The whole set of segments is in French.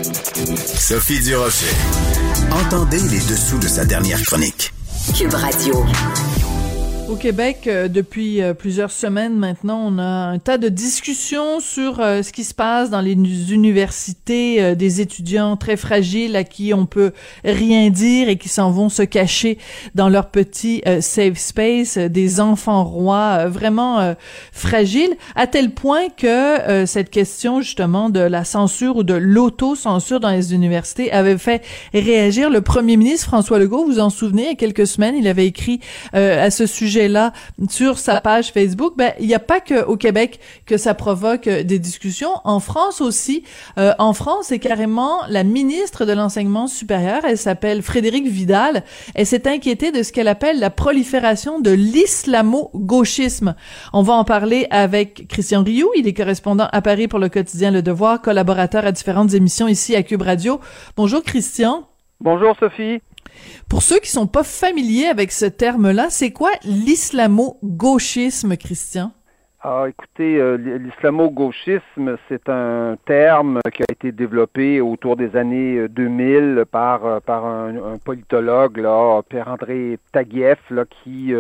Sophie Durocher. Entendez les dessous de sa dernière chronique. Cube Radio. Au Québec, depuis plusieurs semaines maintenant, on a un tas de discussions sur ce qui se passe dans les universités, des étudiants très fragiles à qui on peut rien dire et qui s'en vont se cacher dans leur petit safe space, des enfants rois vraiment fragiles, à tel point que cette question justement de la censure ou de l'auto-censure dans les universités avait fait réagir le premier ministre François Legault. Vous vous en souvenez, il y a quelques semaines, il avait écrit à ce sujet-là sur sa page Facebook. Il n'y a pas que au Québec que ça provoque des discussions. En France aussi. En France, c'est carrément la ministre de l'Enseignement supérieur. Elle s'appelle Frédérique Vidal. Elle s'est inquiétée de ce qu'elle appelle la prolifération de l'islamo-gauchisme. On va en parler avec Christian Rioux. Il est correspondant à Paris pour le quotidien Le Devoir, collaborateur à différentes émissions ici à Cube Radio. Bonjour Christian. Bonjour Sophie. Pour ceux qui sont pas familiers avec ce terme-là, c'est quoi l'islamo-gauchisme, Christian? Écoutez, l'islamo-gauchisme, c'est un terme qui a été développé autour des années 2000 par un politologue, là, Pierre-André Taguieff, là, qui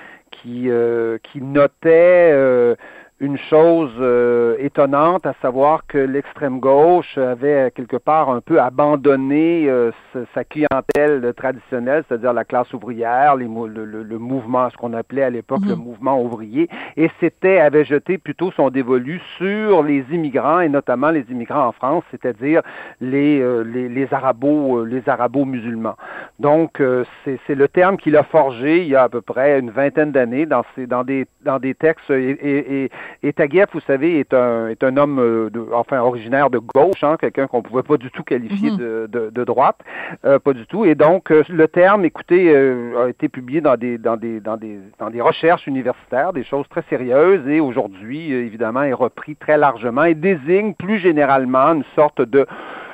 notait une chose étonnante, à savoir que l'extrême gauche avait quelque part un peu abandonné sa clientèle traditionnelle, c'est-à-dire la classe ouvrière, le mouvement, ce qu'on appelait à l'époque le mouvement ouvrier, et avait jeté plutôt son dévolu sur les immigrants, et notamment les immigrants en France, c'est-à-dire les arabo-musulmans. Donc, c'est le terme qu'il a forgé il y a à peu près une vingtaine d'années dans des textes et Taguieff, vous savez, est un homme originaire de gauche, quelqu'un qu'on pouvait pas du tout qualifier de droite, pas du tout. Et donc le terme, écoutez, a été publié dans des recherches universitaires, des choses très sérieuses, et aujourd'hui, évidemment, est repris très largement et désigne plus généralement une sorte de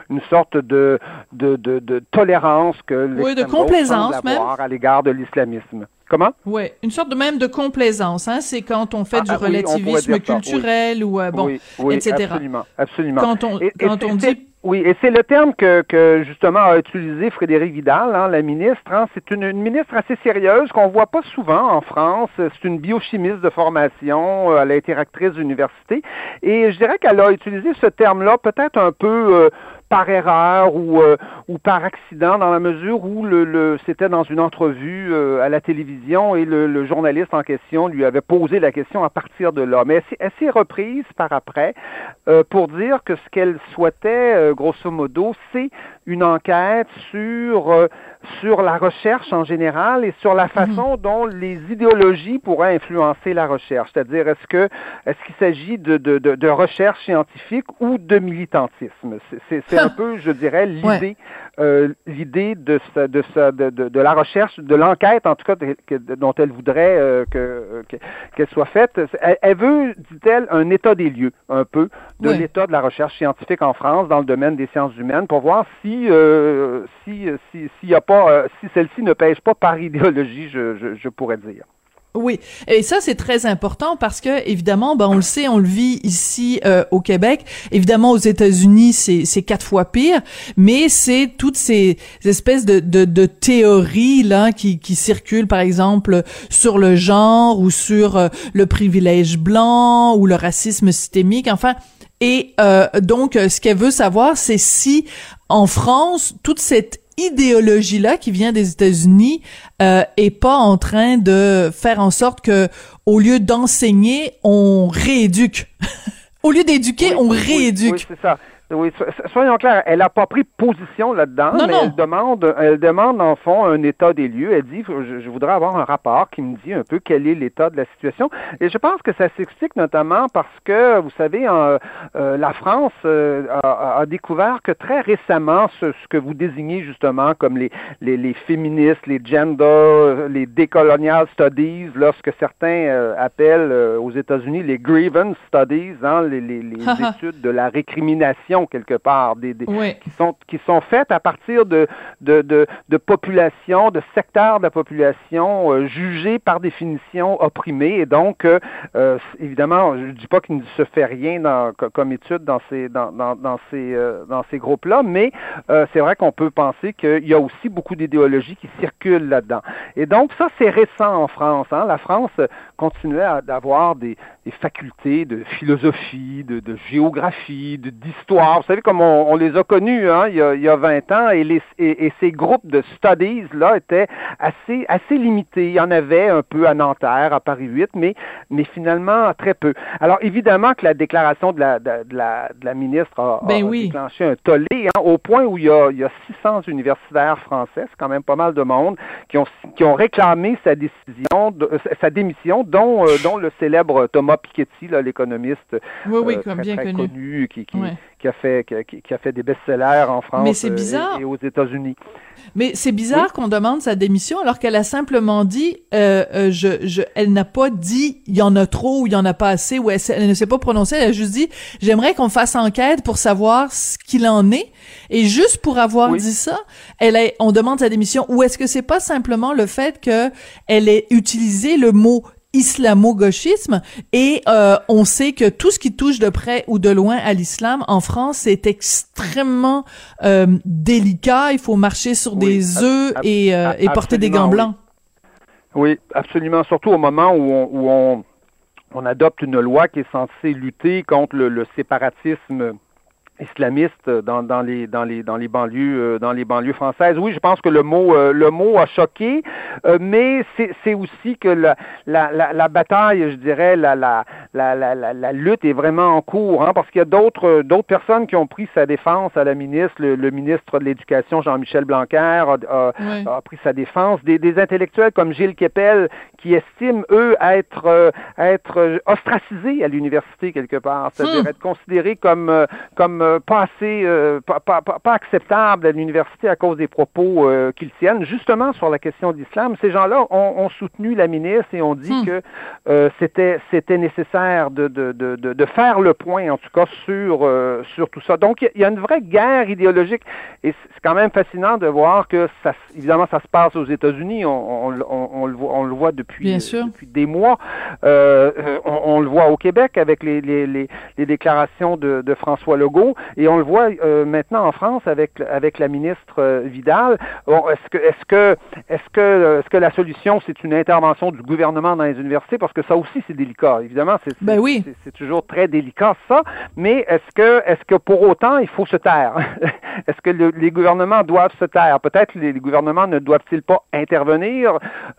tolérance que l'extrême de complaisance gauche semble avoir à l'égard de l'islamisme. Comment? Oui, une sorte même de complaisance, c'est quand on fait du relativisme culturel ou etc. Absolument. Quand on dit oui, et c'est le terme que justement a utilisé Frédérique Vidal, la ministre. C'est une ministre assez sérieuse qu'on voit pas souvent en France. C'est une biochimiste de formation, elle a été rectrice d'université, et je dirais qu'elle a utilisé ce terme-là peut-être un peu par erreur ou par accident, dans la mesure où c'était dans une entrevue à la télévision, et le journaliste en question lui avait posé la question à partir de là. Mais elle s'est reprise par après pour dire que ce qu'elle souhaitait, grosso modo, c'est une enquête sur la recherche en général et sur la façon dont les idéologies pourraient influencer la recherche. C'est-à-dire, est-ce qu'il s'agit de recherche scientifique ou de militantisme? C'est un peu, je dirais, l'idée de la recherche, de l'enquête, en tout cas, dont elle voudrait qu'elle soit faite. Elle veut, dit-elle, un état des lieux, un peu, de l'état de la recherche scientifique en France dans le domaine des sciences humaines, pour voir si celle-ci ne pèse pas par idéologie, je pourrais dire. Oui, et ça c'est très important parce que évidemment, on le sait, on le vit ici au Québec. Évidemment, aux États-Unis, c'est 4 fois pire, mais c'est toutes ces espèces de théories là qui circulent, par exemple sur le genre ou sur le privilège blanc ou le racisme systémique. Enfin, et donc ce qu'elle veut savoir, c'est si en France toute cette idéologie-là qui vient des États-Unis est pas en train de faire en sorte que, au lieu d'enseigner, on rééduque. Au lieu d'éduquer, on rééduque. Oui, c'est ça. Oui, soyons clairs, elle n'a pas pris position là-dedans, mais elle demande en fond un état des lieux. Elle dit, je voudrais avoir un rapport qui me dit un peu quel est l'état de la situation. Et je pense que ça s'explique notamment parce que, vous savez, la France a découvert que très récemment, ce que vous désignez justement comme les féministes, les gender, les decolonial studies, là, ce que certains appellent aux États-Unis les grievance studies, les études de la récrimination définitions quelque part, Oui. qui sont faites à partir de populations, de secteurs de la population jugés par définition opprimés. Et donc, évidemment, je ne dis pas qu'il ne se fait rien comme étude dans ces groupes-là, mais c'est vrai qu'on peut penser qu'il y a aussi beaucoup d'idéologies qui circulent là-dedans. Et donc, ça, c'est récent en France. Hein. La France continuait d'avoir des facultés de philosophie, de géographie, d'histoire. Vous savez, comme on les a connus il y a 20 ans, et ces groupes de studies là étaient assez limités. Il y en avait un peu à Nanterre, à Paris 8, mais finalement très peu. Alors évidemment que la déclaration de la ministre a déclenché un tollé, au point où il y a 600 universitaires français, c'est quand même pas mal de monde, qui ont réclamé sa démission, dont le célèbre Thomas Piketty, là, l'économiste très connu, qui a fait des best-sellers en France et aux États-Unis. Mais c'est bizarre qu'on demande sa démission alors qu'elle a simplement dit, elle n'a pas dit il y en a trop ou il y en a pas assez, ou elle ne s'est pas prononcée, elle a juste dit j'aimerais qu'on fasse enquête pour savoir ce qu'il en est. Et juste pour avoir dit ça, on demande sa démission. Ou est-ce que c'est pas simplement le fait que elle ait utilisé le mot islamo-gauchisme et on sait que tout ce qui touche de près ou de loin à l'islam en France, c'est extrêmement délicat. Il faut marcher sur des œufs et porter des gants blancs. Oui, absolument. Surtout au moment où on adopte une loi qui est censée lutter contre le séparatisme islamiste dans les banlieues françaises. Oui, je pense que le mot a choqué, mais c'est aussi que la bataille, je dirais, la lutte est vraiment en cours, hein, parce qu'il y a d'autres personnes qui ont pris sa défense à la ministre. Le ministre de l'Éducation, Jean-Michel Blanquer, a pris sa défense. Des intellectuels comme Gilles Kepel qui estiment, eux, être ostracisés à l'université quelque part, c'est-à-dire être considérés comme pas acceptable à l'université à cause des propos qu'ils tiennent, justement sur la question de l'islam. Ces gens-là ont soutenu la ministre et ont dit que c'était nécessaire de faire le point, en tout cas, sur tout ça. Donc, il y a une vraie guerre idéologique et c'est quand même fascinant de voir que, évidemment, ça se passe aux États-Unis. On le voit depuis des mois. On le voit au Québec avec les déclarations de François Legault. Et on le voit maintenant en France avec la ministre Vidal. Bon, est-ce que la solution c'est une intervention du gouvernement dans les universités, parce que ça aussi c'est délicat. Évidemment, c'est toujours très délicat ça. Mais est-ce que pour autant il faut se taire? Est-ce que les gouvernements doivent se taire? Peut-être les gouvernements ne doivent-ils pas intervenir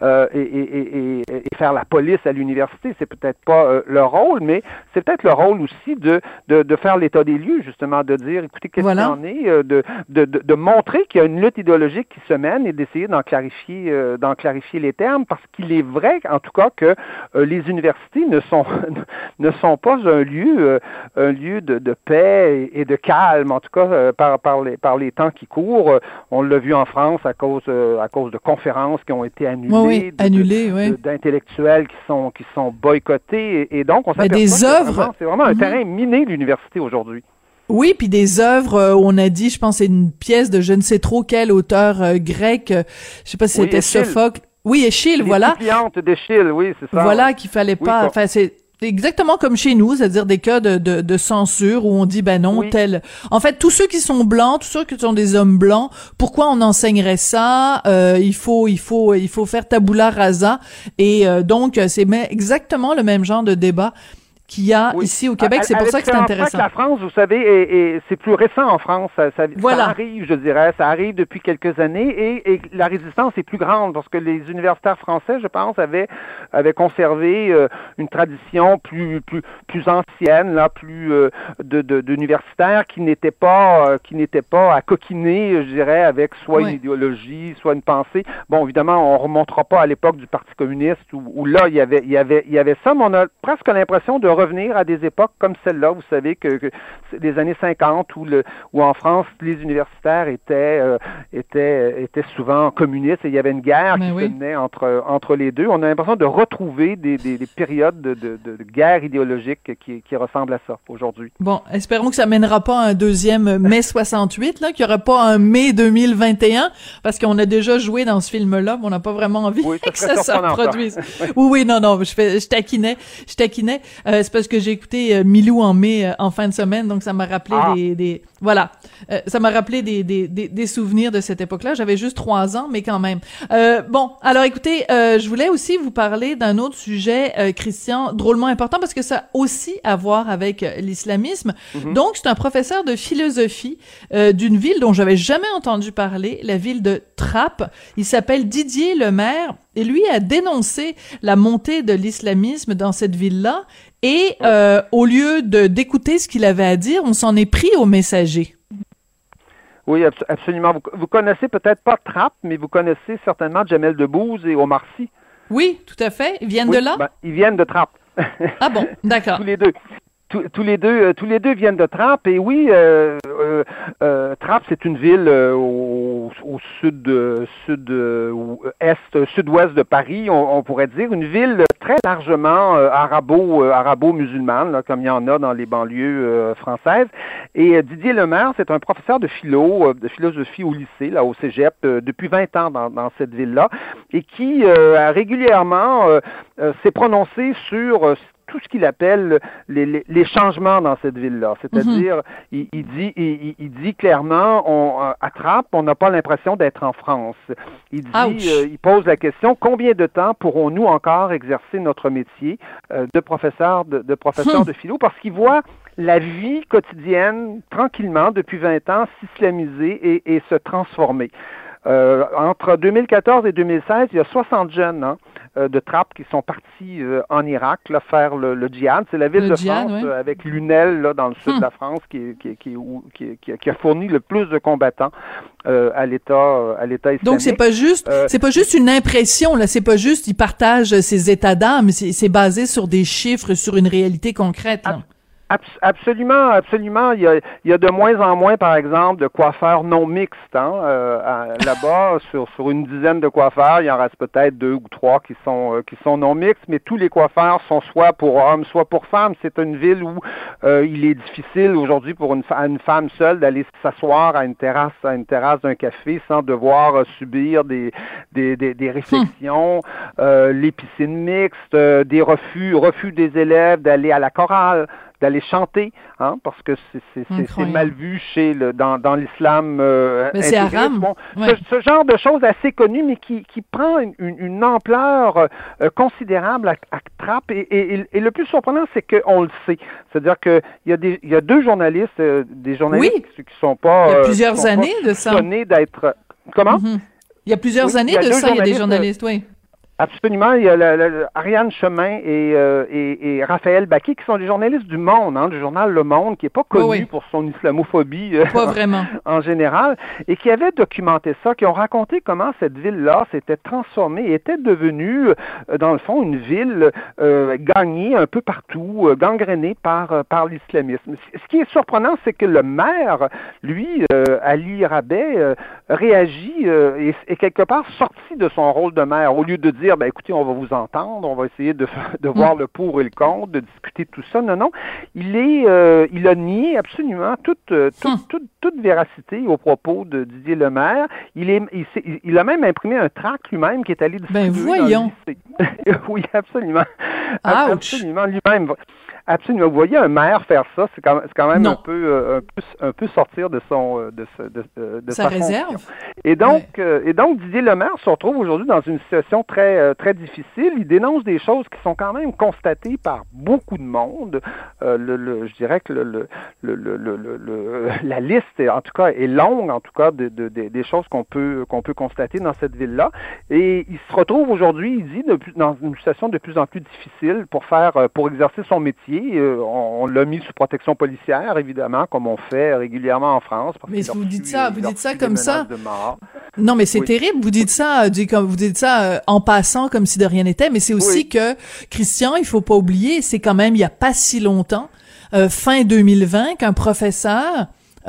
et faire la police à l'université? C'est peut-être pas leur rôle, mais c'est peut-être le rôle aussi de faire l'état des lieux, justement, de dire, écoutez, qu'est-ce qu'il en est, de montrer qu'il y a une lutte idéologique qui se mène et d'essayer d'en clarifier les termes, parce qu'il est vrai, en tout cas, que les universités ne sont pas un lieu de paix et de calme, en tout cas, par les temps qui courent. On l'a vu en France à cause de conférences qui ont été annulées, d'intellectuels qui sont boycottés, et donc on s'aperçoit que c'est vraiment un terrain miné, l'université aujourd'hui. Oui, puis des œuvres où on a dit, je pense, c'est une pièce de je ne sais trop quel auteur grec, je sais pas si c'était Sophocle. Oui, Échille, voilà. Les clientes d'Échille, oui, c'est ça. Voilà, qu'il fallait pas, enfin, c'est exactement comme chez nous, c'est-à-dire des cas de censure où on dit, ben non, tel. En fait, tous ceux qui sont blancs, tous ceux qui sont des hommes blancs, pourquoi on enseignerait ça? Il faut faire tabula rasa. Et donc, c'est exactement le même genre de débat qu'il y a ici au Québec. C'est pour ça que c'est intéressant. La France, vous savez, et c'est plus récent en France. Ça arrive, je dirais. Ça arrive depuis quelques années et la résistance est plus grande parce que les universitaires français, je pense, avaient conservé une tradition plus ancienne, là, plus d'universitaires qui n'étaient pas à coquiner, je dirais, avec soit une idéologie, soit une pensée. Bon, évidemment, on remontera pas à l'époque du Parti communiste où là, il y avait ça, mais on a presque l'impression de revenir à des époques comme celle-là. Vous savez que les années 50 où en France, les universitaires étaient souvent communistes et il y avait une guerre qui se menait entre les deux. On a l'impression de retrouver des périodes de guerre idéologique qui ressemblent à ça aujourd'hui. Bon, espérons que ça mènera pas à un deuxième mai 68, là, qu'il y aura pas un mai 2021, parce qu'on a déjà joué dans ce film-là, mais on n'a pas vraiment envie que ça se reproduise. Oui, non, je taquinais. C'est parce que j'ai écouté Milou en mai, en fin de semaine, donc ça m'a rappelé ça m'a rappelé des souvenirs de cette époque-là. J'avais juste 3 ans, mais quand même. Bon, alors écoutez, je voulais aussi vous parler d'un autre sujet, Christian, drôlement important, parce que ça a aussi à voir avec l'islamisme. Mm-hmm. Donc, c'est un professeur de philosophie d'une ville dont j'avais jamais entendu parler, la ville de Trappes. Il s'appelle Didier Lemaire, et lui a dénoncé la montée de l'islamisme dans cette ville-là, et au lieu d'écouter ce qu'il avait à dire, on s'en est pris au messager. Oui, absolument. Vous connaissez peut-être pas Trappes, mais vous connaissez certainement Jamel Debbouze et Omar Sy. Oui, tout à fait. Ils viennent de là? Ben, ils viennent de Trappes. Ah bon, d'accord. Tous les deux. Tous les deux viennent de Trappes, et oui, Trappes, c'est une ville au sud-ouest de Paris, on pourrait dire, une ville très largement arabo-musulmane, là, comme il y en a dans les banlieues françaises. Et Didier Lemaire, c'est un professeur de philosophie au lycée, là, au cégep, depuis 20 ans dans cette ville-là, et qui a régulièrement s'est prononcé sur tout ce qu'il appelle les changements dans cette ville-là. C'est-à-dire, il dit clairement, à Trappes, on n'a pas l'impression d'être en France. Il pose la question, combien de temps pourrons-nous encore exercer notre métier de professeur de philo? Parce qu'il voit la vie quotidienne, tranquillement, depuis 20 ans, s'islamiser et se transformer. Entre 2014 et 2016, il y a 60 jeunes de Trappes qui sont partis en Irak là, faire le djihad. C'est la ville de France avec Lunel là, dans le sud de la France qui a fourni le plus de combattants à l'État islamique. Donc c'est pas juste une impression là, c'est pas juste ils partagent ses états d'âme, c'est basé sur des chiffres, sur une réalité concrète. Là. Absolument. Il y a de moins en moins, par exemple, de coiffeurs non mixtes. Là-bas, sur une dizaine de coiffeurs, il en reste peut-être 2 ou 3 qui sont non mixtes, mais tous les coiffeurs sont soit pour hommes, soit pour femmes. C'est une ville où il est difficile aujourd'hui pour une femme seule d'aller s'asseoir à une terrasse d'un café sans devoir subir des réflexions, les piscines mixtes, des refus des élèves d'aller à la chorale, d'aller chanter, parce que c'est mal vu dans l'islam mais c'est haram. Bon, ce genre de choses assez connues, mais qui prend une ampleur considérable à Trappes. Et le plus surprenant, c'est qu'on le sait. C'est-à-dire qu'il y a 2 journalistes, des journalistes qui sont pas... Il y a plusieurs années de ça. D'être... Comment? Mm-hmm. Il y a plusieurs années de ça, il y a des journalistes, oui. Absolument. Il y a Ariane Chemin et Raphaël Baquet qui sont des journalistes du Monde, du journal Le Monde, qui n'est pas connu pour son islamophobie pas vraiment. En général, et qui avaient documenté ça, qui ont raconté comment cette ville-là s'était transformée et était devenue, dans le fond, une ville gagnée un peu partout, gangrénée par l'islamisme. Ce qui est surprenant, c'est que le maire, lui, Ali Rabeh, réagit et est quelque part sorti de son rôle de maire, au lieu de dire écoutez, on va vous entendre, on va essayer de voir le pour et le contre, de discuter de tout ça. Non, il a nié absolument toute véracité aux propos de Didier Lemaire. Il a même imprimé un tract lui-même qui est allé distribuer voyons. Dans le lycée. Oui, absolument. Ouch. Absolument, lui-même. Absolument. Vous voyez un maire faire ça, c'est quand même un peu sortir de sa réserve. Fonction. Et donc Didier Lemaire se retrouve aujourd'hui dans une situation très très difficile. Il dénonce des choses qui sont quand même constatées par beaucoup de monde. Je dirais que la liste, en tout cas, est longue, en tout cas, des choses qu'on peut constater dans cette ville-là. Et il se retrouve aujourd'hui, il dit, dans une situation de plus en plus difficile pour exercer son métier. On l'a mis sous protection policière, évidemment, comme on fait régulièrement en France. Mais vous dites ça comme ça. Non, mais c'est terrible. Vous dites ça, en passant comme si de rien n'était, mais c'est aussi que, Christian, il faut pas oublier, c'est quand même il y a pas si longtemps, fin 2020, qu'un professeur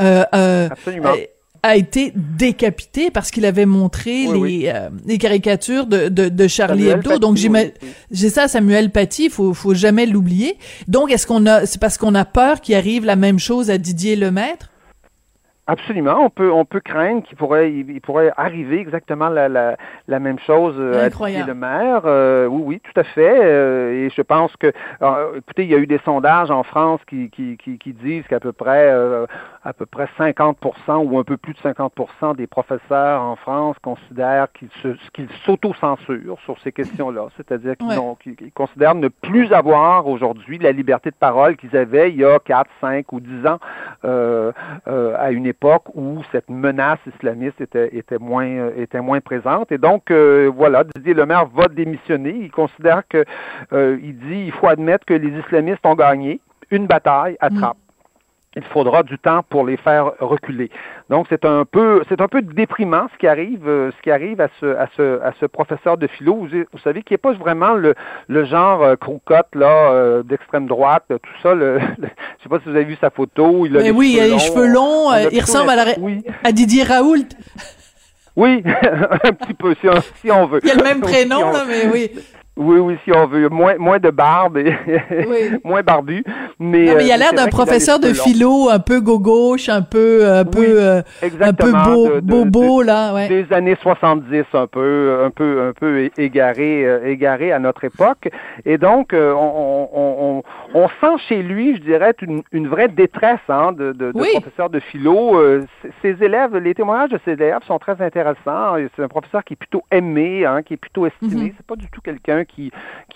a été décapité parce qu'il avait montré les caricatures de Charlie Hebdo. Paty, donc j'ai ça, Samuel Paty, faut jamais l'oublier. Donc c'est parce qu'on a peur qu'il arrive la même chose à Didier Lemaître? Absolument, on peut craindre qu'il pourrait arriver exactement la même chose à Didier Lemaire. Oui, tout à fait. Et je pense que, écoutez, il y a eu des sondages en France qui disent qu'à peu près 50% ou un peu plus de 50% des professeurs en France considèrent qu'ils s'auto-censurent sur ces questions-là, c'est-à-dire qu'ils considèrent ne plus avoir aujourd'hui la liberté de parole qu'ils avaient il y a 4, 5 ou 10 ans à une époque où cette menace islamiste était moins présente. Et donc, voilà, Didier Lemaire va démissionner. Il considère que, il faut admettre que les islamistes ont gagné une bataille à trappe. Il faudra du temps pour les faire reculer. Donc c'est un peu déprimant ce qui arrive à ce professeur de philo. Vous savez qui est pas vraiment le genre crocotte là d'extrême droite, tout ça. Je sais pas si vous avez vu sa photo. Il a les cheveux longs. Il ressemble à Didier Raoult. Oui, un petit peu si on veut. Il a le même prénom là, mais oui. Oui, si on veut. Moins de barbe et moins barbu. Mais il a l'air d'un professeur de philo un peu gauche, un peu bobo, là, ouais. Des années 70, un peu égaré à notre époque. Et donc, on sent chez lui, je dirais, une vraie détresse, de professeur de philo. Ses élèves, les témoignages de ses élèves sont très intéressants. C'est un professeur qui est plutôt aimé, qui est plutôt estimé. C'est pas du tout quelqu'un qui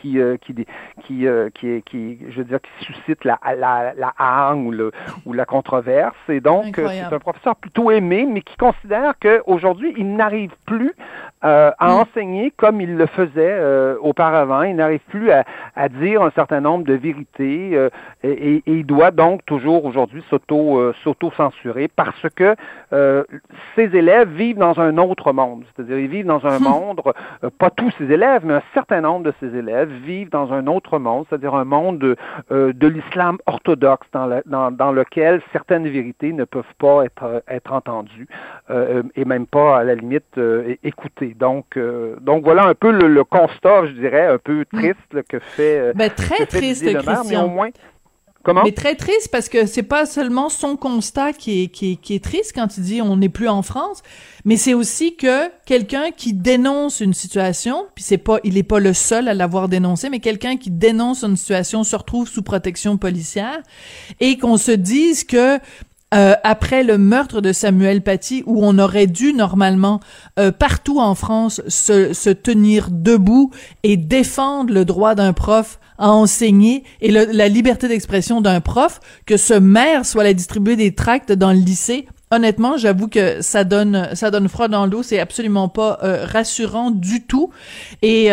suscite la haine ou la controverse. Et donc, c'est un professeur plutôt aimé, mais qui considère qu'aujourd'hui, il n'arrive plus à enseigner comme il le faisait auparavant. Il n'arrive plus à dire un certain nombre de vérités et il doit donc toujours aujourd'hui s'auto-censurer parce que ses élèves vivent dans un autre monde. C'est-à-dire, ils vivent dans un monde, pas tous ses élèves, mais un certain nombre de ses élèves vivent dans un autre monde, c'est-à-dire un monde de l'islam orthodoxe dans lequel certaines vérités ne peuvent pas être entendues et même pas à la limite écoutées. Donc voilà un peu le constat, je dirais, un peu triste que fait très triste, Christian. Mais au moins. Comment? Mais très triste parce que c'est pas seulement son constat qui est triste quand il dit on n'est plus en France, mais c'est aussi que quelqu'un qui dénonce une situation, puis il est pas le seul à l'avoir dénoncé, mais quelqu'un qui dénonce une situation se retrouve sous protection policière et qu'on se dise que après le meurtre de Samuel Paty, où on aurait dû normalement partout en France se tenir debout et défendre le droit d'un prof à enseigner et la liberté d'expression d'un prof, que ce maire soit allé distribuer des tracts dans le lycée. Honnêtement, j'avoue que ça donne froid dans le dos. C'est absolument pas rassurant du tout. Et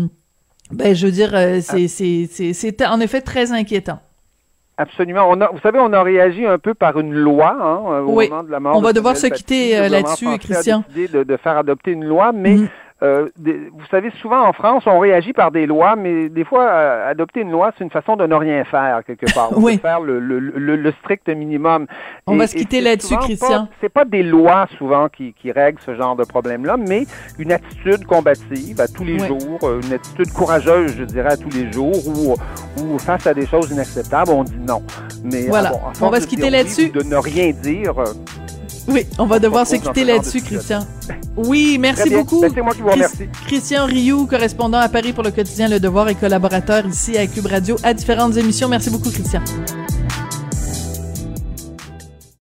je veux dire, c'est en effet très inquiétant. Absolument. Vous savez, on a réagi un peu par une loi au moment de la mort. On va devoir se quitter là-dessus, Christian. On a décidé de faire adopter une loi, mais vous savez, souvent en France, on réagit par des lois, mais des fois, adopter une loi, c'est une façon de ne rien faire, quelque part. On peut faire le strict minimum. On va se quitter là-dessus, Christian. C'est pas des lois, souvent, qui règlent ce genre de problème-là, mais une attitude combative à tous les jours, une attitude courageuse, je dirais, à tous les jours, où face à des choses inacceptables, on dit non. Mais voilà, on va se quitter là-dessus. De ne rien dire... Oui, on va devoir se quitter là-dessus, Christian. Oui, merci beaucoup. C'est moi qui vous remercie. Christian Rioux, correspondant à Paris pour le quotidien Le Devoir et collaborateur ici à Cube Radio à différentes émissions. Merci beaucoup, Christian.